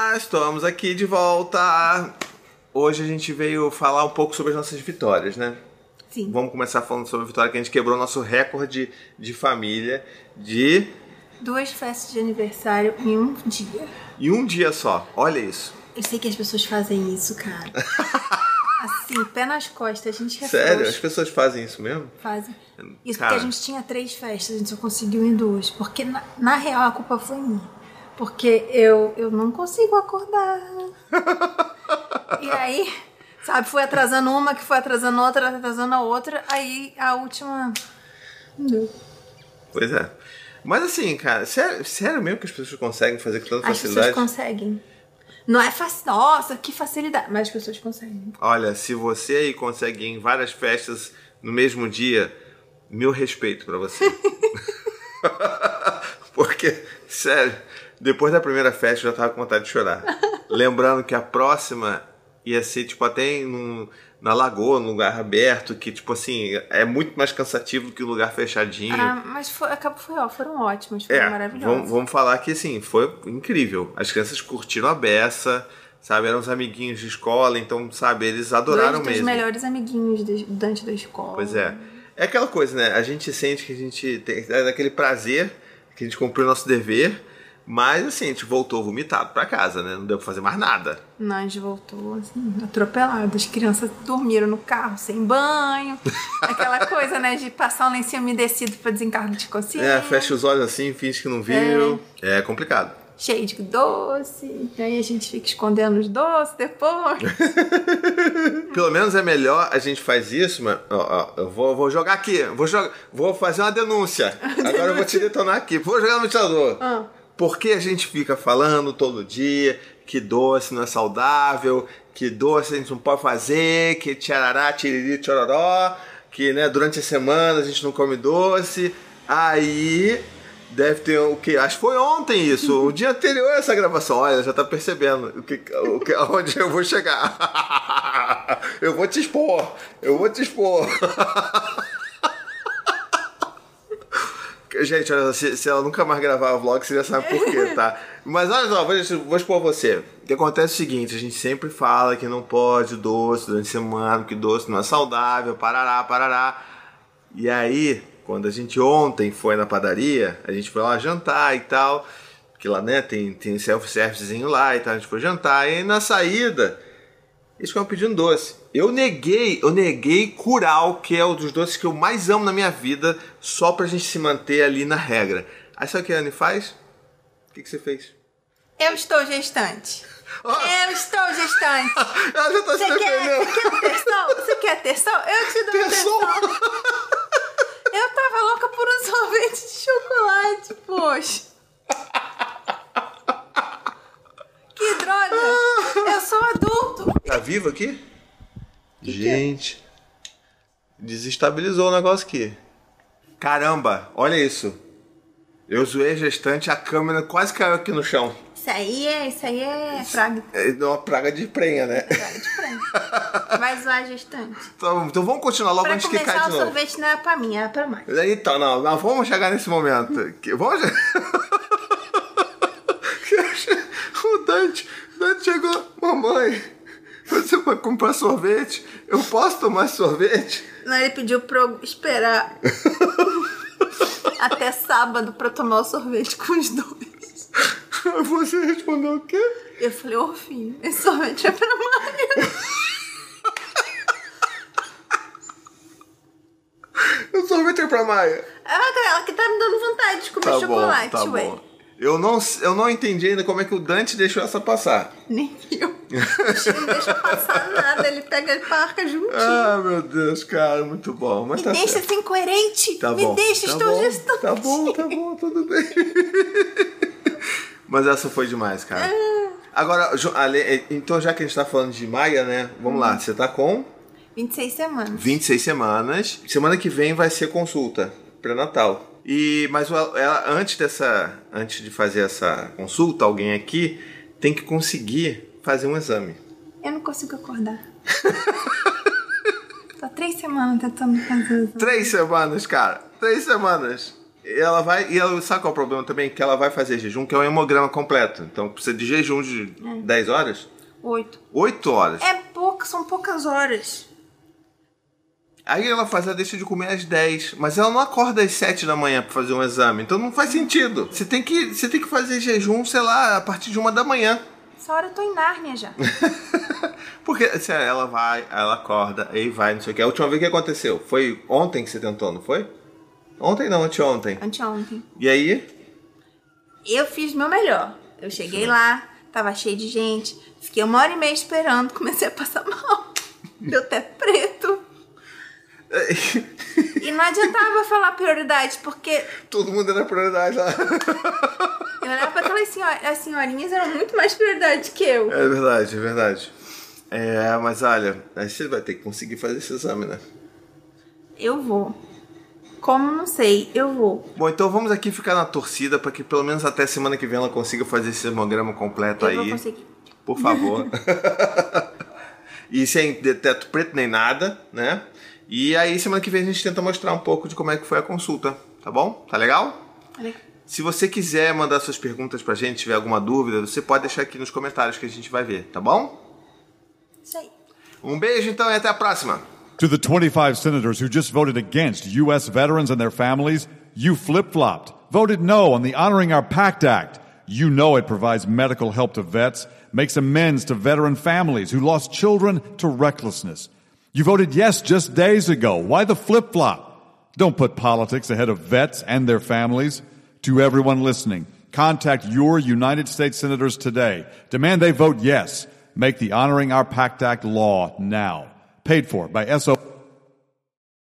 Olá, estamos aqui de volta. Hoje a gente veio falar um pouco sobre as nossas vitórias, né? Sim. Vamos começar falando sobre a vitória que a gente quebrou nosso recorde de família de... 2 festas de aniversário em um dia. Em um dia só, olha isso. Eu sei que as pessoas fazem isso, cara. Assim, pé nas costas, a gente Sério? As pessoas fazem isso mesmo? Fazem. Isso Cara. porque a gente tinha 3 festas, a gente só conseguiu em 2. Porque na real a culpa foi minha. Porque eu não consigo acordar. E aí, sabe, foi atrasando uma, que foi atrasando outra, atrasando a outra. Aí a última... Não deu. Pois é. Mas assim, cara, sério mesmo que as pessoas conseguem fazer com tanta As facilidade? pessoas conseguem. Não é fácil, nossa, que facilidade. Mas as pessoas conseguem. Olha, se você aí consegue ir em várias festas no mesmo dia, meu respeito pra você. Porque, sério, depois da primeira festa eu já tava com vontade de chorar. Lembrando que a próxima ia ser, tipo, até na lagoa, num lugar aberto, que, tipo assim, é muito mais cansativo que o lugar fechadinho. Ah, mas foram ótimas, foram maravilhosas. Vamos falar que, assim, foi incrível. As crianças curtiram a beça, sabe? Eram os amiguinhos de escola, então, sabe, eles adoraram 2 dos mesmo. melhores amiguinhos Dante da escola. Pois é. É aquela coisa, né? A gente sente que a gente tem aquele prazer, que a gente cumpriu o nosso dever, mas, assim, a gente voltou vomitado pra casa, né? Não deu pra fazer mais nada. Não, a gente voltou, assim, atropelado. As crianças dormiram no carro, sem banho. Aquela coisa, né, de passar um lencinho umedecido pra desencargo de consciência. Fecha os olhos assim, finge que não viu. É complicado. Cheio de doce. E aí a gente fica escondendo os doces depois. Pelo menos é melhor a gente faz isso, mas eu vou jogar aqui. Vou fazer uma denúncia. Agora eu vou te detonar aqui. Vou jogar no ventilador. Porque a gente fica falando todo dia que doce não é saudável, que doce a gente não pode fazer, que tcharará, tiriri, tchororó, que, né, durante a semana a gente não come doce. Aí deve ter o que? Acho que foi ontem isso, o dia anterior a essa gravação. Olha, já tá percebendo onde eu vou chegar. Eu vou te expor. Gente, olha, se ela nunca mais gravar o vlog, você já sabe por quê, tá? Mas olha só, vou expor você. O que acontece é o seguinte, a gente sempre fala que não pode doce durante a semana, que doce não é saudável, parará. E aí, quando a gente ontem foi na padaria, a gente foi lá jantar e tal, porque lá, né, tem self-servicezinho lá e tal, a gente foi jantar, e aí na saída, eles ficaram pedindo doce. Eu neguei Curau, que é um dos doces que eu mais amo na minha vida, só pra gente se manter ali na regra. Aí sabe o que a Anne faz? O que você fez? Eu estou gestante. Eu estou gestante. Ela já tá se defendendo. Você quer terção? Eu te dou terção. Eu tava louca por um sorvete de chocolate, poxa. Que droga. Eu sou adulto. Tá vivo aqui? Gente, desestabilizou o negócio aqui. Caramba, olha isso. Eu zoei a gestante, a câmera quase caiu aqui no chão. Isso aí é praga. É uma praga de prenha, né? Praga de prenha. Vai zoar a gestante. Então vamos continuar logo antes que caia de novo. Pra começar, o sorvete não é pra mim, é pra mais. Então, não, vamos chegar nesse momento. Vamos O Dante chegou, mamãe, você vai comprar sorvete? Eu posso tomar sorvete? Não, ele pediu pra eu esperar até sábado pra tomar o sorvete com os 2. Você respondeu o quê? Eu falei, ô filho, esse sorvete é pra Maria. O sorvete é pra Maia. Ela que tá me dando vontade de comer chocolate, tá ué. Bom. Eu não entendi ainda como é que o Dante deixou essa passar. Nem eu. Ele não deixa passar nada, ele pega e parca juntinho. Ah, meu Deus, cara, muito bom. Mas me deixa ser incoerente. Tá me bom, deixa, tá estou bom, gestante. Tá bom, tudo bem. Mas essa foi demais, cara. Agora, então já que a gente tá falando de Maia, né? Vamos lá, você tá com? 26 semanas. 26 semanas. Semana que vem vai ser consulta pré-natal. Mas ela, antes de fazer essa consulta, alguém aqui tem que conseguir fazer um exame. Eu não consigo acordar. Tô 3 semanas tentando fazer o exame. 3 semanas, cara. 3 semanas. Ela vai... E ela, sabe qual é o problema também? Que ela vai fazer jejum, que é um hemograma completo. Então precisa de jejum de 10 horas? 8. 8 horas. São poucas horas. Aí ela deixa de comer às 10, mas ela não acorda às 7 da manhã pra fazer um exame. Então não faz sentido. Você tem que fazer jejum, sei lá, a partir de 1 da manhã. Essa hora eu tô em Nárnia já. Porque assim, ela vai, ela acorda, aí vai, não sei o que. A última vez que aconteceu? Foi ontem que você tentou, não foi? Ontem não, anteontem. Anteontem. E aí? Eu fiz o meu melhor. Eu cheguei lá, tava cheio de gente, fiquei 1h30 esperando, comecei a passar mal. Deu teto preto. E não adiantava falar prioridade, porque... Todo mundo era prioridade lá. Eu olhava pra aquelas as senhorinhas, eram muito mais prioridade que eu. É verdade, é verdade. Mas olha, aí você vai ter que conseguir fazer esse exame, né? Eu vou. Como não sei, eu vou. Bom, então vamos aqui ficar na torcida para que pelo menos até semana que vem ela consiga fazer esse hemograma completo aí. Eu vou conseguir. Por favor. E sem teto preto nem nada, né? E aí semana que vem a gente tenta mostrar um pouco de como é que foi a consulta, tá bom? Tá legal? Tá legal. Se você quiser mandar suas perguntas pra gente, tiver alguma dúvida, você pode deixar aqui nos comentários que a gente vai ver, tá bom? Isso aí. Um beijo então e até a próxima. To the 25 senators who just voted against U.S. veterans and their families, you flip-flopped, voted no on the Honoring Our Pact Act. You know it provides medical help to vets, makes amends to veteran families who lost children to recklessness. You voted yes just days ago. Why the flip-flop? Don't put politics ahead of vets and their families. To everyone listening, contact your United States senators today. Demand they vote yes. Make the Honoring Our Pact Act law now. Paid for by SO.